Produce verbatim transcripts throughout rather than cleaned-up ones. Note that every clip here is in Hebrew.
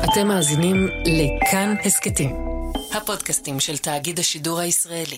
אתם מאזינים לכאן הסקטים, הפודקאסטים של תאגיד השידור הישראלי.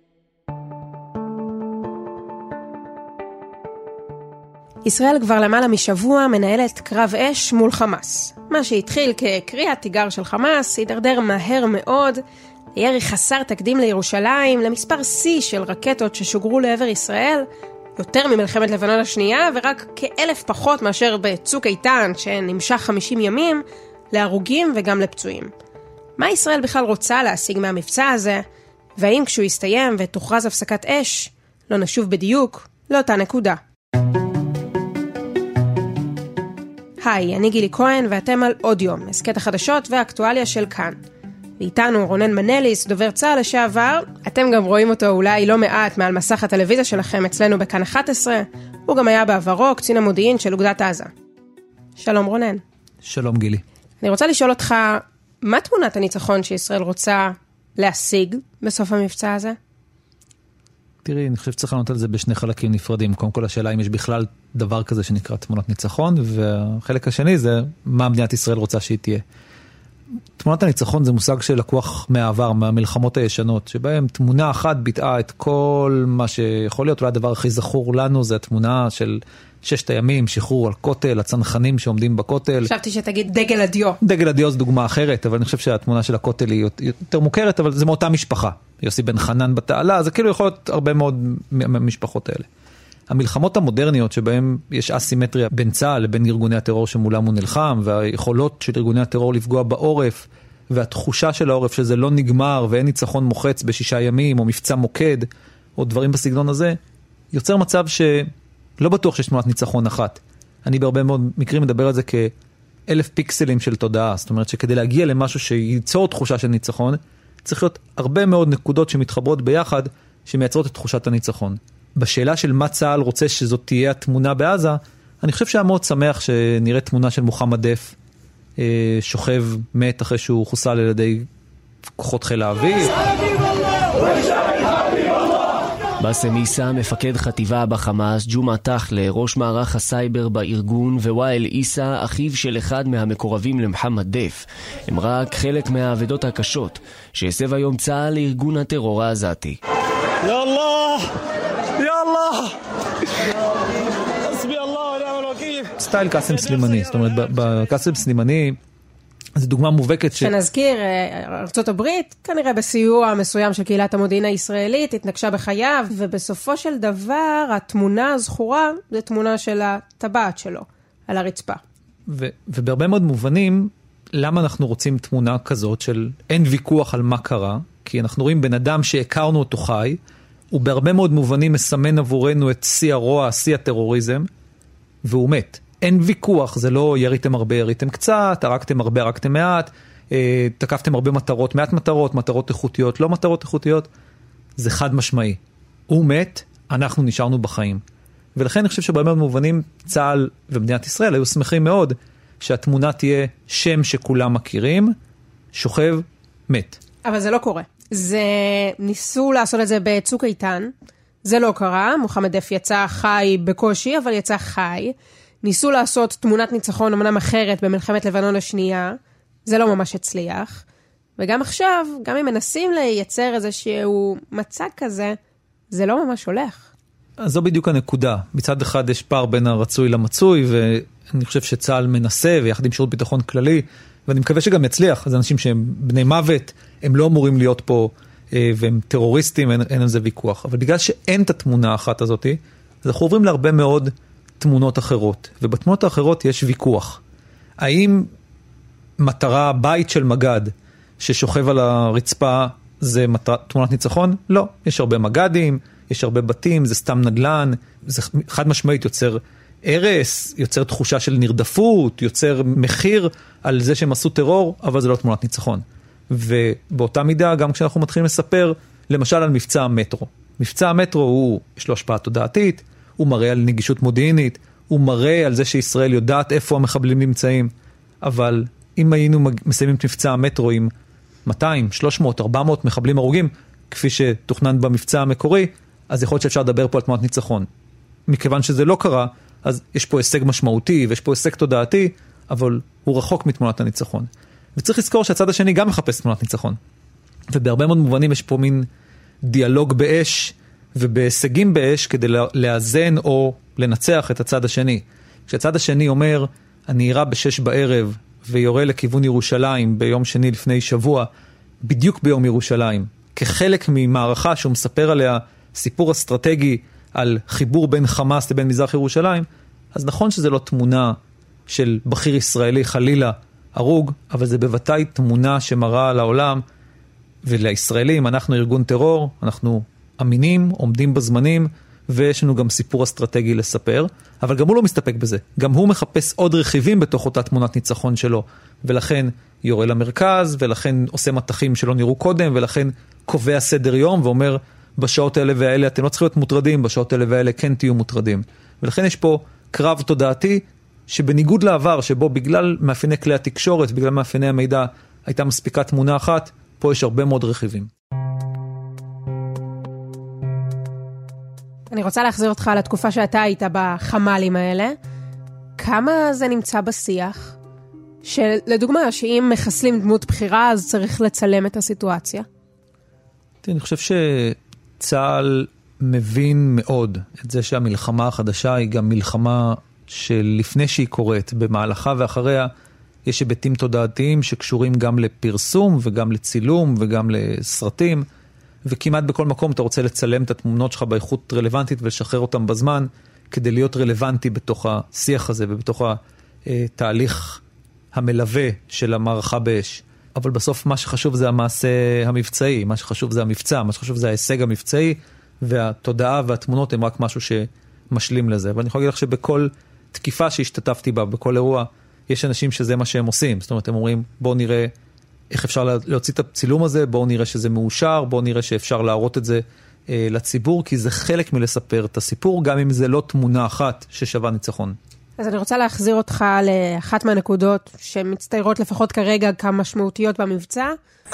ישראל כבר למעלה משבוע מנהלת קרב אש מול חמאס. מה שהתחיל כקריאת תיגר של חמאס הידרדר מהר מאוד, לירי חסר תקדים לירושלים, למספר C של רקטות ששוגרו לעבר ישראל, יותר ממלחמת לבנון השנייה, ורק כאלף פחות מאשר בצוק איתן, שנמשך חמישים ימים, להרוגים וגם לפצועים. מה ישראל בכלל רוצה להשיג מהמבצע הזה, והאם כשהוא יסתיים ותוכרז הפסקת אש, לא נשוב בדיוק לאותה נקודה. היי, אני גילי כהן ואתם על עוד יום, הסקט החדשות והאקטואליה של כאן. ואיתנו רונן מנליס, דובר צה"ל לשעבר, אתם גם רואים אותו אולי לא מעט מעל מסך הטלוויזיה שלכם אצלנו בכאן אחת עשרה, הוא גם היה בעברו קצין המודיעין של אוגדת עזה. שלום רונן. שלום גילי. אני רוצה לשאול אותך, מה תמונת הניצחון שישראל רוצה להשיג בסוף המבצע הזה? תראי, אני חושב שצריך לענות על זה בשני חלקים נפרדים. קודם כל השאלה אם יש בכלל דבר כזה שנקרא תמונת ניצחון, והחלק השני זה מה מדינת ישראל רוצה שהיא תהיה. תמונת הניצחון זה מושג שלקוח מהעבר, מהמלחמות הישנות, שבהם תמונה אחת ביטאה את כל מה שיכול להיות. אולי הדבר הכי זכור לנו זה התמונה של ששת הימים, שחרור על כותל, הצנחנים שעומדים בכותל. חשבתי שתגיד דגל הדיו. דגל הדיו זו דוגמה אחרת, אבל אני חושב שהתמונה של הכותל היא יותר מוכרת, אבל זה מאותה משפחה. יוסי בן חנן בתעלה, זה כאילו יכול להיות הרבה מאוד מהמשפחות האלה. המלחמות המודרניות שבהם יש אסימטריה בין צה"ל לבין ארגוני הטרור שמולם הוא נלחם, והיכולות של ארגוני הטרור לפגוע בעורף, והתחושה של העורף שזה לא נגמר ואין ניצחון מוחץ בשישה ימים, או מבצע מוקד, או דברים בסגנון הזה, יוצר מצב שלא בטוח שיש תמונת ניצחון אחת. אני בהרבה מאוד מקרים מדבר על זה כאלף פיקסלים של תודעה, זאת אומרת שכדי להגיע למשהו שייצור תחושה של ניצחון, צריך להיות הרבה מאוד נקודות שמתחברות ביחד, שמייצרות את תחושת הניצחון. בשאלה של מה צה"ל רוצה שזאת תהיה התמונה בעזה, אני חושב שהיה מאוד שמח שנראה תמונה של מוחמד דף, שוכב מת אחרי שהוא חוסל על ידי כוחות חיל האוויר. באסם עיסא, מפקד חטיבה בחמאס, ג'ומעה תחלה, ראש מערך הסייבר בארגון, ווואל עיסא, אחיו של אחד מהמקורבים למוחמד דף. הם רק חלק מהעבדות הקשות שהסב היום צה"ל לארגון הטרור העזתי. יאללה! יאללה! חסבי אללה ונעם אל-וקיל. סטייל קאסם סלימני, זאת אומרת, בקאסם סלימני זו דוגמה מובהקת ש... שנזכיר, ארצות הברית, כנראה בסיוע מסוים של קהילת המודיעין הישראלית, התנגשה בחייו, ובסופו של דבר, התמונה הזכורה, זו תמונה של הטבעת שלו, על הרצפה. ו- ובהרבה מאוד מובנים, למה אנחנו רוצים תמונה כזאת של אין ויכוח על מה קרה, כי אנחנו רואים בן אדם שהכרנו אותו חי, הוא בהרבה מאוד מובנים מסמן עבורנו את שיא הרוע, שיא הטרוריזם, והוא מת. אין ויכוח, זה לא יריתם הרבה, יריתם קצת, הרגתם הרבה, הרגתם מעט, אה, תקפתם הרבה מטרות, מעט מטרות, מטרות איכותיות, לא מטרות איכותיות, זה חד משמעי. הוא מת, אנחנו נשארנו בחיים. ולכן אני חושב שבהרבה מאוד מובנים, צה"ל ומדינת ישראל היו שמחים מאוד, שהתמונה תהיה שם שכולם מכירים, שוכב, מת. אבל זה לא קורה. זה ניסו לעשות את זה בצוק איתן, זה לא קרה, מוחמד דף יצא חי בקושי, אבל יצא חי. ניסו לעשות תמונת ניצחון אמנם אחרת במלחמת לבנון השנייה, זה לא ממש הצליח. וגם עכשיו, גם אם מנסים לייצר איזשהו מצג כזה, זה לא ממש הולך. אז זו בדיוק הנקודה. מצד אחד יש פער בין הרצוי למצוי, ואני חושב שצה"ל מנסה, ויחד עם שירות ביטחון כללי, ואני מקווה שגם יצליח. זה אנשים שהם בני מוות, הם לא אמורים להיות פה, והם טרוריסטים, אין, אין על זה ויכוח. אבל בגלל שאין את התמונה האחת הזאת, אז אנחנו עוברים להרבה מאוד תמונות אחרות, ובתמונות האחרות יש ויכוח. האם מטרה, בית של מגד, ששוכב על הרצפה, זה מטרה, תמונת ניצחון? לא. יש הרבה מגדים, יש הרבה בתים, זה סתם נדלן, זה חד משמעית יוצר הרס, יוצר תחושה של נרדפות, יוצר מחיר על זה שהם עשו טרור, אבל זה לא תמונת ניצחון. ובאותה מידה, גם כשאנחנו מתחילים לספר, למשל על מבצע המטרו. מבצע המטרו הוא, יש לו השפעה תודעתית, הוא מראה על נגישות מודיעינית, הוא מראה על זה שישראל יודעת איפה המחבלים נמצאים, אבל אם היינו מסיימים את מבצע המטרו עם מאתיים, שלוש מאות, ארבע מאות מחבלים הרוגים, כפי שתוכנן במבצע המקורי, אז יכול להיות שאפשר לדבר פה על תמונת ניצחון. מכיוון שזה לא קרה, אז יש פה הישג משמעותי, ויש פה הישג תודעתי, אבל הוא רחוק מתמונת הניצחון. וצריך לזכור שהצד השני גם מחפש תמונת ניצחון. ובהרבה מאוד מובנים יש פה מין דיאלוג באש ובהישגים באש כדי לאזן או לנצח את הצד השני. כשהצד השני אומר, אני אירה בשש בערב ויורה לכיוון ירושלים ביום שני לפני שבוע, בדיוק ביום ירושלים, כחלק ממערכה שהוא מספר עליה סיפור אסטרטגי על חיבור בין חמאס לבין מזרח ירושלים, אז נכון שזה לא תמונה של בכיר ישראלי חלילה הרוג, אבל זה בוודאי תמונה שמראה על העולם ולישראלים, אנחנו ארגון טרור, אנחנו אמינים, עומדים בזמנים, ויש לנו גם סיפור אסטרטגי לספר, אבל גם הוא לא מסתפק בזה. גם הוא מחפש עוד רכיבים בתוך אותה תמונת ניצחון שלו, ולכן יורה למרכז, ולכן עושה מתחים שלא נראו קודם, ולכן קובע סדר יום ואומר, בשעות האלה והאלה אתם לא צריכים להיות מוטרדים, בשעות האלה והאלה כן תהיו מוטרדים. ולכן יש פה קרב תודעתי, שבניגוד לעבר, שבו בגלל מאפייני כלי התקשורת, בגלל מאפייני המידע, הייתה מספיקה תמונה אחת, פה יש הרבה מאוד רכיבים. אני רוצה להחזיר אותך לתקופה שאתה היית בחמלים האלה. כמה זה נמצא בשיח? שלדוגמה, שאם מחסלים דמות בחירה, אז צריך לצלם את הסיטואציה. אני חושב שצה"ל מבין מאוד את זה שהמלחמה החדשה היא גם מלחמה שלפני שהיא קורית, במהלכה ואחריה, יש היבטים תודעתיים שקשורים גם לפרסום וגם לצילום וגם לסרטים, וכמעט בכל מקום אתה רוצה לצלם את התמונות שלך באיכות רלוונטית ולשחרר אותם בזמן, כדי להיות רלוונטי בתוך השיח הזה ובתוך התהליך המלווה של המערכה באש. אבל בסוף מה שחשוב זה המעשה המבצעי, מה שחשוב זה המבצע, מה שחשוב זה ההישג המבצעי, והתודעה והתמונות הם רק משהו שמשלים לזה. ואני יכול להגיד לך שבכל תקיפה שהשתתפתי בה, בכל אירוע, יש אנשים שזה מה שהם עושים. זאת אומרת, הם אומרים, בואו נראה איך אפשר להוציא את הצילום הזה, בואו נראה שזה מאושר, בואו נראה שאפשר להראות את זה אה, לציבור, כי זה חלק מלספר את הסיפור, גם אם זה לא תמונה אחת ששווה ניצחון. אז אני רוצה להחזיר אותך לאחת מהנקודות שמצטיירות לפחות כרגע כמה משמעותיות במבצע.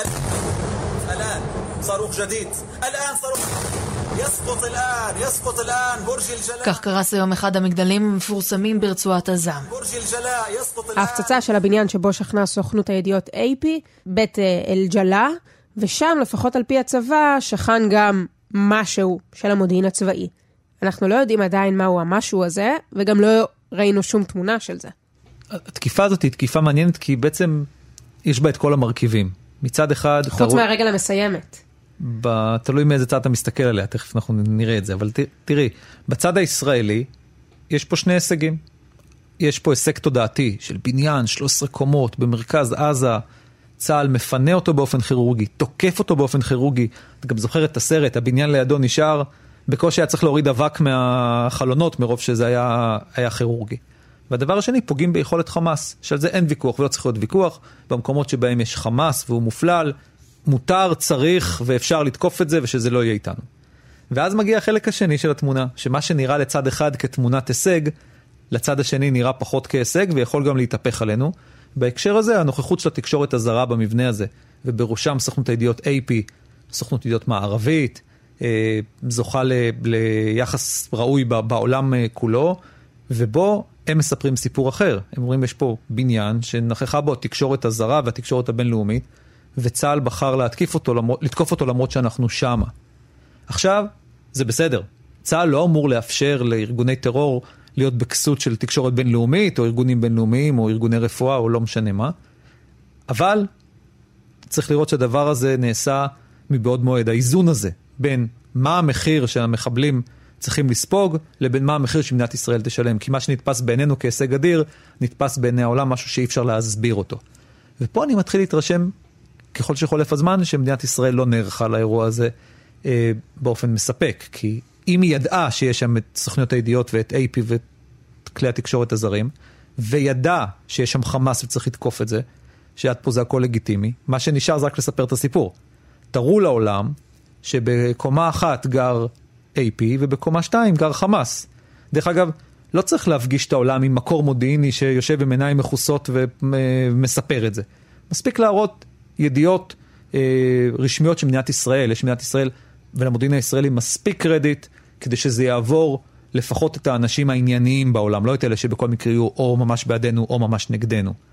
الآن صاروخ جديد الآن صاروخ يسقط الآن يسقط الآن برج الجلاء. כך קרס היום אחד המגדלים המפורסמים ברצועת עזה. برج الجلاء يسقط الآن. ההפצצה של הבניין שבו שכנה סוכנות הידיעות איי פי, בית אל-ג'לה, ושם לפחות על פי הצבא שכן גם משהו של המודיעין הצבאי. אנחנו לא יודעים עדיין מהו המשהו הזה, וגם לא ראינו שום תמונה של זה. התקיפה הזאת היא תקיפה מעניינת, כי בעצם יש בה את כל המרכיבים. מצד אחד... חוץ תראו... מהרגל המסיימת. תלוי מאיזה צד אתה מסתכל עליה, תכף אנחנו נראה את זה, אבל ת, תראי, בצד הישראלי יש פה שני הישגים. יש פה הישג תודעתי של בניין, שלוש עשרה קומות, במרכז עזה, צה"ל מפנה אותו באופן כירורגי, תוקף אותו באופן כירורגי, אתה גם זוכר את הסרט, הבניין לידו נשאר, בקושי היה צריך להוריד אבק מהחלונות, מרוב שזה היה, היה כירורגי. והדבר השני, פוגעים ביכולת חמאס, שעל זה אין ויכוח ולא צריך להיות ויכוח, במקומות שבהם יש חמאס והוא מופלל, מותר, צריך ואפשר לתקוף את זה ושזה לא יהיה איתנו. ואז מגיע החלק השני של התמונה, שמה שנראה לצד אחד כתמונת הישג, לצד השני נראה פחות כהישג ויכול גם להתהפך עלינו. בהקשר הזה, הנוכחות של התקשורת הזרה במבנה הזה, ובראשם סוכנות הידיעות איי פי, סוכנות הידיעות מערבית, זוכה ל, ליחס ראוי בעולם כולו, ובו הם מספרים סיפור אחר. הם אומרים, יש פה בניין שנכחה בו התקשורת הזרה והתקשורת הבינלאומית, וצה"ל בחר להתקיף אותו, לתקוף אותו למרות שאנחנו שמה. עכשיו, זה בסדר. צה"ל לא אמור לאפשר לארגוני טרור להיות בכסות של תקשורת בינלאומית, או ארגונים בינלאומיים, או ארגוני רפואה, או לא משנה מה. אבל צריך לראות שהדבר הזה נעשה מבעוד מועד. האיזון הזה בין מה המחיר שהמחבלים צריכים לספוג, לבין מה המחיר שמדינת ישראל תשלם. כי מה שנתפס בעינינו כהישג אדיר, נתפס בעיני העולם משהו שאי אפשר להסביר אותו. ופה אני מתחיל להתרשם, ככל שחולף הזמן, שמדינת ישראל לא נערכה לאירוע הזה אה, באופן מספק. כי אם היא ידעה שיש שם את סוכניות הידיעות ואת איי פי ואת כלי התקשורת הזרים, וידעה שיש שם חמאס וצריך לתקוף את זה, שעד פה זה הכל לגיטימי, מה שנשאר זה רק לספר את הסיפור. תראו לעולם שבקומה אחת גר איי פי ובקומה שתיים גר חמאס. דרך אגב, לא צריך להפגיש את העולם עם מקור מודיעיני שיושב עם עיניים מחוסות ומספר את זה. מספיק להראות ידיעות אה, רשמיות של מדינת ישראל. יש מדינת ישראל ולמודיעין הישראלי מספיק קרדיט כדי שזה יעבור לפחות את האנשים הענייניים בעולם, לא את אלה שבכל מקרה יהיו או ממש בעדנו או ממש נגדנו.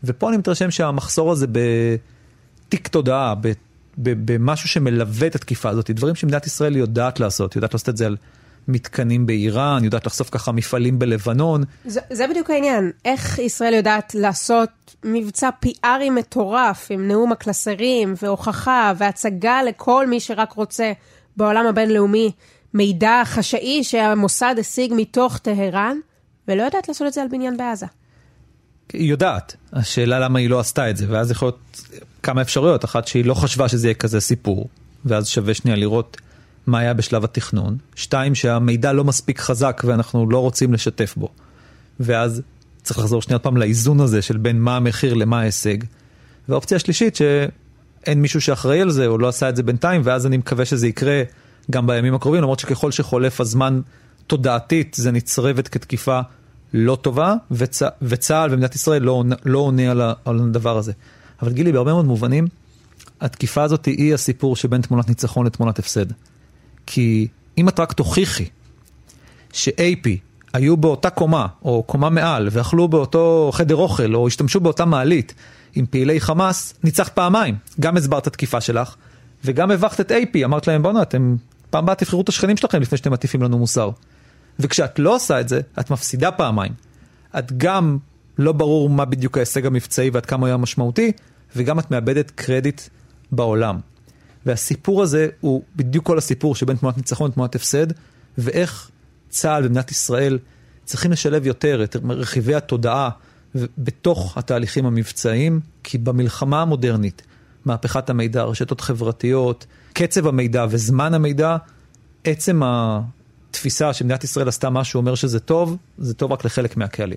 ופה אני מתרשם שהמחסור הזה בתיק תודעה, במשהו שמלווה את התקיפה הזאת, דברים שמדינת ישראל יודעת לעשות, יודעת לעשות את זה על מתקנים באיראן, יודעת לחשוף ככה מפעלים בלבנון. זה, זה בדיוק העניין. איך ישראל יודעת לעשות מבצע פי-ארי מטורף, עם נאום הקלסרים והוכחה והצגה לכל מי שרק רוצה בעולם הבינלאומי, מידע חשאי שהמוסד השיג מתוך טהרן, ולא יודעת לעשות את זה על בניין בעזה. היא יודעת. השאלה למה היא לא עשתה את זה, ואז יכול להיות כמה אפשרויות. אחת שהיא לא חשבה שזה יהיה כזה סיפור, ואז שווה שנייה לראות מה היה בשלב התכנון. שתיים, שהמידע לא מספיק חזק ואנחנו לא רוצים לשתף בו. ואז צריך לחזור שנייה פעם לאיזון הזה של בין מה המחיר למה ההישג. והאופציה השלישית שאין מישהו שאחראי על זה או לא עשה את זה בינתיים, ואז אני מקווה שזה יקרה גם בימים הקרובים, למרות שככל שחולף הזמן תודעתית זה נצרבת כתקיפה לא טובה, וצה, וצהל ומדינת ישראל לא, לא עונה על, על הדבר הזה. אבל גילי, בהרבה מאוד מובנים, התקיפה הזאת היא הסיפור שבין תמונת ניצחון לתמונת הפסד. כי אם את רק תוכיחי ש-איי פי היו באותה קומה, או קומה מעל, ואכלו באותו חדר אוכל, או השתמשו באותה מעלית עם פעילי חמאס, ניצחת פעמיים. גם הסברת התקיפה שלך, וגם הבחת את איי פי, אמרת להם, בואו נה, אתם פעם באה תבחרו את השכנים שלכם לפני שאתם מטיפים לנו מוסר. וכשאת לא עושה את זה, את מפסידה פעמיים. את גם לא ברור מה בדיוק ההישג המבצעי ועד כמה היה משמעותי, וגם את מאבדת קרדיט בעולם. והסיפור הזה הוא בדיוק כל הסיפור שבין תמונת ניצחון לתמונת הפסד, ואיך צה"ל במדינת ישראל צריכים לשלב יותר את רכיבי התודעה בתוך התהליכים המבצעיים, כי במלחמה המודרנית, מהפכת המידע, רשתות חברתיות, קצב המידע וזמן המידע, עצם התפיסה שמדינת ישראל עשתה משהו אומר שזה טוב, זה טוב רק לחלק מהקהלים.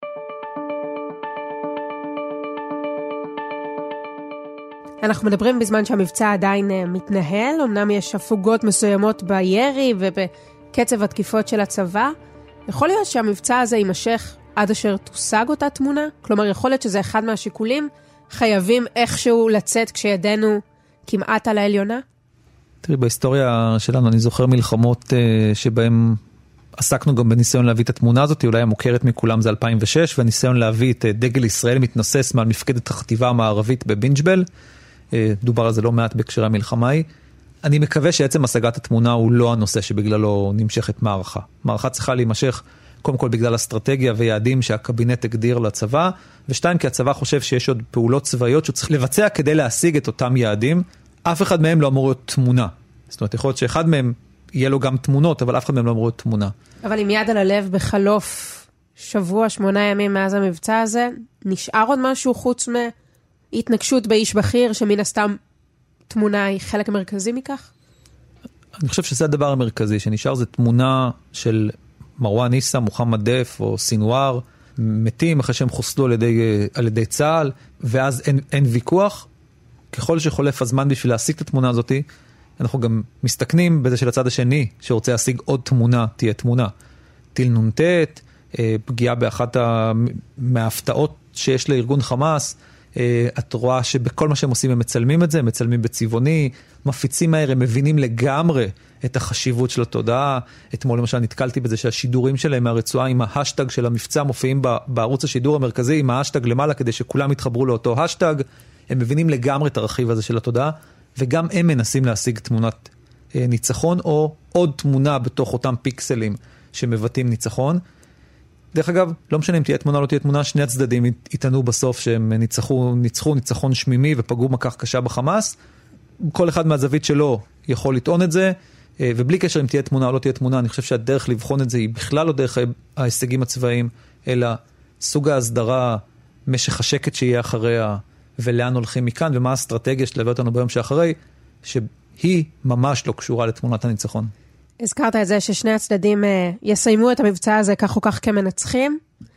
אנחנו מדברים בזמן שהמבצע עדיין מתנהל, אמנם יש הפוגות מסוימות בירי ובקצב התקיפות של הצבא. יכול להיות שהמבצע הזה יימשך עד אשר תושג אותה תמונה? כלומר, יכול להיות שזה אחד מהשיקולים, חייבים איכשהו לצאת כשידנו כמעט על העליונה? תראי, בהיסטוריה שלנו אני זוכר מלחמות שבהם עסקנו גם בניסיון להביא את התמונה הזאת, אולי המוכרת מכולם זה אלפיים ושש, והניסיון להביא את דגל ישראל מתנוסס מעל מפקדת החטיבה המערבית בבינג'בל, דובר על זה לא מעט בהקשרי המלחמה היא. אני מקווה שעצם השגת התמונה הוא לא הנושא שבגללו נמשכת מערכה. מערכה צריכה להימשך קודם כל בגלל אסטרטגיה ויעדים שהקבינט הגדיר לצבא, ושתיים, כי הצבא חושב שיש עוד פעולות צבאיות שהוא צריך לבצע כדי להשיג את אותם יעדים. אף אחד מהם לא אמור להיות תמונה. זאת אומרת, יכול להיות שאחד מהם יהיה לו גם תמונות, אבל אף אחד מהם לא אמור להיות תמונה. אבל עם יד על הלב בחלוף שבוע, שמונה ימים מאז המבצע הזה, נשאר עוד משהו חוץ מהתנגשות באיש בכיר, שמן הסתם תמונה היא חלק מרכזי מכך? אני חושב שזה הדבר המרכזי, שנשאר זה תמונה של מרואן ניסה, מוחמד דף או סינואר, מתים אחרי שהם חוסלו על ידי, על ידי צה"ל, ואז אין, אין ויכוח. ככל שחולף הזמן בשביל להשיג את התמונה הזאת, אנחנו גם מסתכנים בזה של הצד השני, שרוצה להשיג עוד תמונה, תהיה תמונה. טיל נונטט, פגיעה באחת מההפתעות שיש לארגון חמאס, את רואה שבכל מה שהם עושים הם מצלמים את זה, הם מצלמים בצבעוני, מפיצים מהר, הם מבינים לגמרי את החשיבות של התודעה. אתמול למשל נתקלתי בזה שהשידורים שלהם מהרצועה עם ההשטג של המבצע מופיעים בערוץ השידור המרכזי עם ההשטג למעלה כדי שכולם יתחברו לאותו השטג. הם מבינים לגמרי את הרכיב הזה של התודעה, וגם הם מנסים להשיג תמונת אה, ניצחון, או עוד תמונה בתוך אותם פיקסלים שמבטאים ניצחון. דרך אגב, לא משנה אם תהיה תמונה או לא תהיה תמונה, שני הצדדים יתענו בסוף שהם ניצחו, ניצחו ניצחון שמימי ופגעו מכך קשה בחמאס. כל אחד מהזווית שלו יכול לטעון את זה, אה, ובלי קשר אם תהיה תמונה או לא תהיה תמונה, אני חושב שהדרך לבחון את זה היא בכלל לא דרך ההישגים הצבאיים, אלא סוג ההסדרה, משך השקט שיהיה אחריה, ולאן הולכים מכאן, ומה האסטרטגיה שתלווה אותנו ביום שאחרי, שהיא ממש לא קשורה לתמונת הניצחון. הזכרת את זה ששני הצדדים יסיימו את המבצע הזה כך או כך כמנצחים.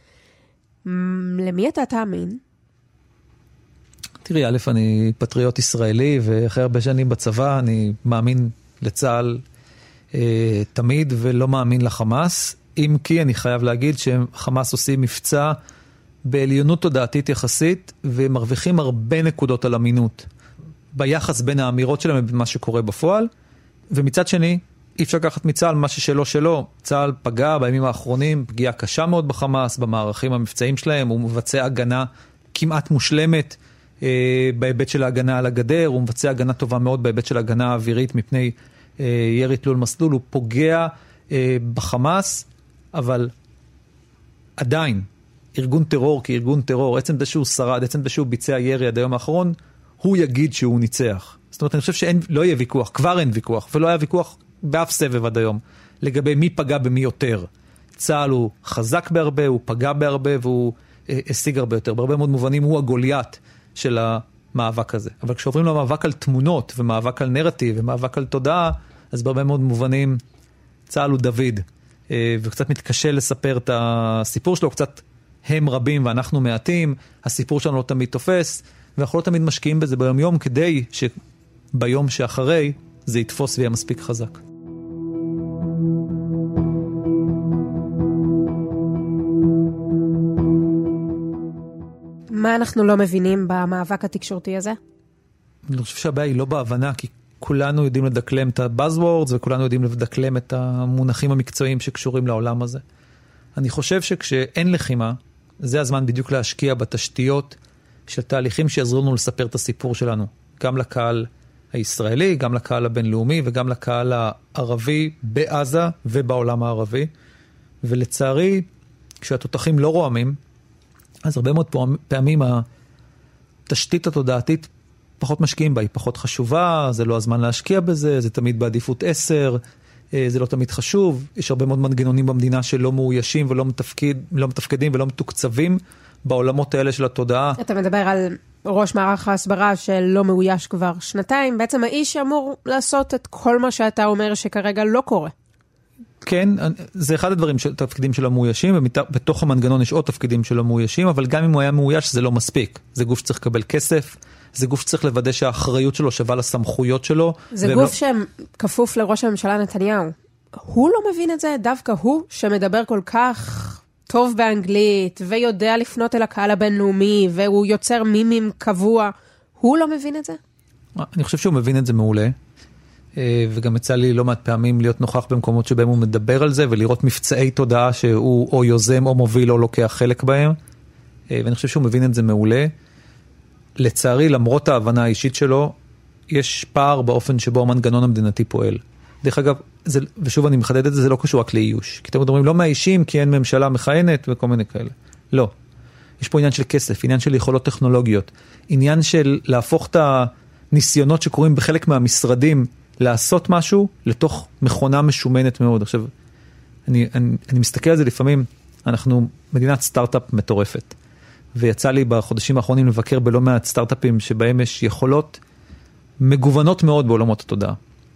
למי אתה תאמין? תראי, א', אני פטריוט ישראלי, ואחרי הרבה שנים בצבא, אני מאמין לצה"ל אה, תמיד, ולא מאמין לחמאס. אם כי אני חייב להגיד שחמאס עושים מבצע בעליונות תודעתית יחסית, ומרוויחים הרבה נקודות על אמינות, ביחס בין האמירות שלהם ומה שקורה בפועל. ומצד שני, אי אפשר לקחת מצה"ל מה ששלו שלו. צה"ל פגע בימים האחרונים, פגיעה קשה מאוד בחמאס, במערכים המבצעים שלהם, הוא מבצע הגנה כמעט מושלמת אה, בהיבט של ההגנה על הגדר, הוא מבצע הגנה טובה מאוד בהיבט של ההגנה האווירית מפני אה, ירי תלול מסלול, הוא פוגע אה, בחמאס, אבל עדיין, ארגון טרור כארגון טרור, עצם זה שהוא שרד, עצם זה שהוא ביצע ירי עד היום האחרון, הוא יגיד שהוא ניצח. זאת אומרת, אני חושב שלא יהיה ויכוח, כבר אין ויכוח, ולא היה ויכוח באף סבב עד היום, לגבי מי פגע במי יותר. צה"ל הוא חזק בהרבה, הוא פגע בהרבה, והוא אה, השיג הרבה יותר. בהרבה מאוד מובנים הוא הגוליית של המאבק הזה. אבל כשעוברים למאבק על תמונות, ומאבק על נרטיב, ומאבק על תודעה, אז בהרבה מאוד מובנים, צה"ל הוא דוד, אה, וקצת מתקשה לספר את הסיפור שלו, קצת הם רבים ואנחנו מעטים, הסיפור שלנו לא תמיד תופס, ואנחנו לא תמיד משקיעים בזה ביום יום, כדי שביום שאחרי זה יתפוס ויהיה מספיק חזק. מה אנחנו לא מבינים במאבק התקשורתי הזה? אני חושב שהבעיה היא לא בהבנה, כי כולנו יודעים לדקלם את הבאזוורדס, וכולנו יודעים לדקלם את המונחים המקצועיים שקשורים לעולם הזה. אני חושב שכשאין לחימה, זה הזמן בדיוק להשקיע בתשתיות של תהליכים שיעזרו לנו לספר את הסיפור שלנו. גם לקהל הישראלי, גם לקהל הבינלאומי, וגם לקהל הערבי בעזה ובעולם הערבי. ולצערי, כשהתותחים לא רועמים, אז הרבה מאוד פעמים התשתית התודעתית פחות משקיעים בה, היא פחות חשובה, זה לא הזמן להשקיע בזה, זה תמיד בעדיפות עשר, זה לא תמיד חשוב, יש הרבה מאוד מנגנונים במדינה שלא מאוישים ולא מתפקד, לא מתפקדים ולא מתוקצבים בעולמות האלה של התודעה. אתה מדבר על ראש מערך ההסברה שלא מאויש כבר שנתיים, בעצם האיש אמור לעשות את כל מה שאתה אומר שכרגע לא קורה. כן, זה אחד הדברים, של, תפקידים שלו מאוישים, ובתוך המנגנון יש עוד תפקידים שלו מאוישים, אבל גם אם הוא היה מאויש זה לא מספיק. זה גוף שצריך לקבל כסף, זה גוף שצריך לוודא שהאחריות שלו שווה לסמכויות שלו. זה גוף לא... שכפוף לראש הממשלה נתניהו. הוא לא מבין את זה, דווקא הוא שמדבר כל כך טוב באנגלית, ויודע לפנות אל הקהל הבינלאומי, והוא יוצר מימים קבוע. הוא לא מבין את זה? אני חושב שהוא מבין את זה מעולה. וגם יצא לי לא מעט פעמים להיות נוכח במקומות שבהם הוא מדבר על זה, ולראות מבצעי תודעה שהוא או יוזם או מוביל או לוקח חלק בהם. ואני חושב שהוא מבין את זה מעולה. לצערי, למרות ההבנה האישית שלו, יש פער באופן שבו המנגנון המדינתי פועל. דרך אגב, זה, ושוב אני מחדד את זה, זה לא קשור רק לאיוש. כי אתם אומרים, לא מהאישים, כי אין ממשלה מכהנת וכל מיני כאלה. לא. יש פה עניין של כסף, עניין של יכולות טכנולוגיות, עניין של להפוך את הניסיונות שקורים בחלק מהמשרדים, לעשות משהו לתוך מכונה משומנת מאוד. עכשיו, אני, אני, אני מסתכל על זה לפעמים, אנחנו מדינת סטארט-אפ מטורפת. ויצא לי בחודשים האחרונים לבקר בלא מעט סטארט-אפים שבהם יש יכולות מגוונות מאוד בעולמות התודעה.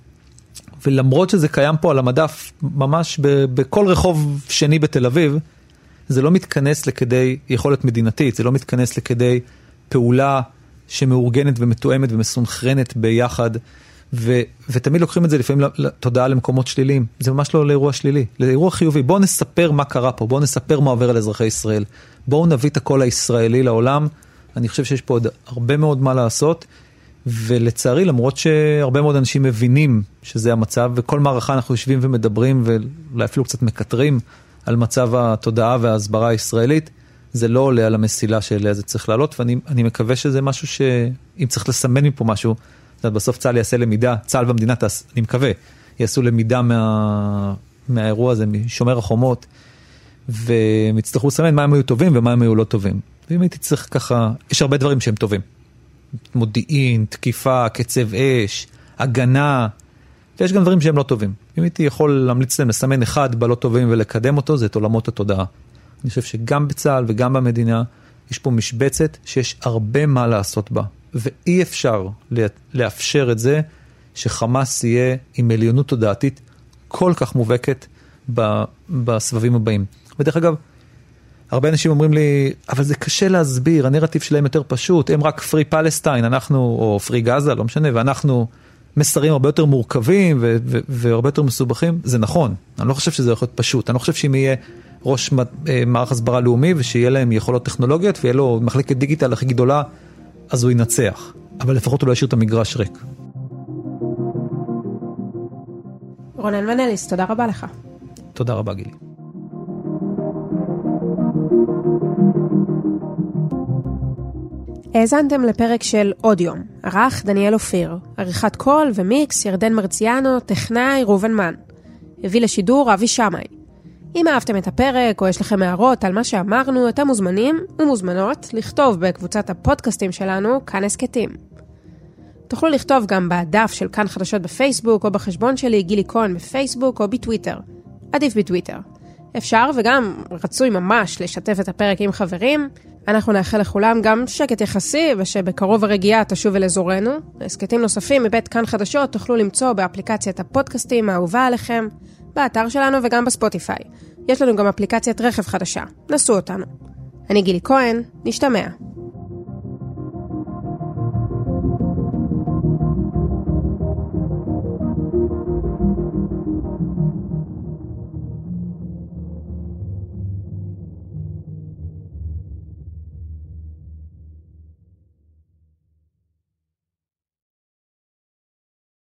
ולמרות שזה קיים פה על המדף, ממש ב- בכל רחוב שני בתל אביב, זה לא מתכנס לכדי יכולת מדינתית, זה לא מתכנס לכדי פעולה שמאורגנת ומתואמת ומסונכרנת ביחד, ו- ותמיד לוקחים את זה לפעמים לתודעה למקומות שליליים. זה ממש לא לאירוע שלילי, לאירוע חיובי. בואו נספר מה קרה פה, בואו נספר מה עובר על אזרחי ישראל. בואו נביא את הקול הישראלי לעולם. אני חושב שיש פה עוד הרבה מאוד מה לעשות, ולצערי, למרות שהרבה מאוד אנשים מבינים שזה המצב, וכל מערכה אנחנו יושבים ומדברים, ואולי אפילו קצת מקטרים על מצב התודעה וההסברה הישראלית, זה לא עולה על המסילה שאליה זה צריך לעלות, ואני אני מקווה שזה משהו שאם צריך לסמן מפה משהו, בסוף צה"ל יעשה למידה, צה"ל במדינה, אני מקווה, יעשו למידה מה, מהאירוע הזה, משומר החומות, ומצטרכו לסמן מה הם היו טובים ומה הם היו לא טובים. ואם הייתי צריך ככה, יש הרבה דברים שהם טובים. מודיעין, תקיפה, קצב אש, הגנה, ויש גם דברים שהם לא טובים. אם הייתי יכול להמליץ להם לסמן אחד בלא טובים ולקדם אותו, זה את עולמות התודעה. אני חושב שגם בצה"ל וגם במדינה, יש פה משבצת שיש הרבה מה לעשות בה. ואי אפשר לאפשר את זה שחמאס יהיה עם עליונות תודעתית כל כך מובהקת בסבבים הבאים. ודרך אגב, הרבה אנשים אומרים לי, אבל זה קשה להסביר, הנרטיב שלהם יותר פשוט, הם רק פרי פלסטיין, אנחנו, או פרי גזה, לא משנה, ואנחנו מסרים הרבה יותר מורכבים ו- ו- והרבה יותר מסובכים. זה נכון, אני לא חושב שזה יכול להיות פשוט, אני לא חושב שאם יהיה ראש מערך הסברה לאומי, ושיהיה להם יכולות טכנולוגיות, ויהיה לו מחלקת דיגיטל הכי גדולה, אז הוא ינצח. אבל לפחות הוא לא ישאיר את המגרש ריק. רונן מנליס, תודה רבה לך. תודה רבה, גילי. האזנתם לפרק של עוד יום, ערך דניאל אופיר, עריכת קול ומיקס ירדן מרציאנו, טכנאי ראובן מן. הביא לשידור אבי שמאי. אם אהבתם את הפרק או יש לכם הערות על מה שאמרנו, אתם מוזמנים ומוזמנות לכתוב בקבוצת הפודקאסטים שלנו, כאן הסקטים. תוכלו לכתוב גם בדף של כאן חדשות בפייסבוק או בחשבון שלי גילי כהן בפייסבוק או בטוויטר. עדיף בטוויטר. אפשר וגם רצוי ממש לשתף את הפרק עם חברים. אנחנו נאחל לכולם גם שקט יחסי ושבקרוב הרגיעה תשוב אל אזורנו. הסקטים נוספים מבית כאן חדשות תוכלו למצוא באפליקציית הפודקאסטים האהובה עליכם, באתר שלנו וגם בספוטיפיי. יש לנו גם אפליקציית רכב חדשה. נסו אותנו. אני גילי כהן, נשתמע.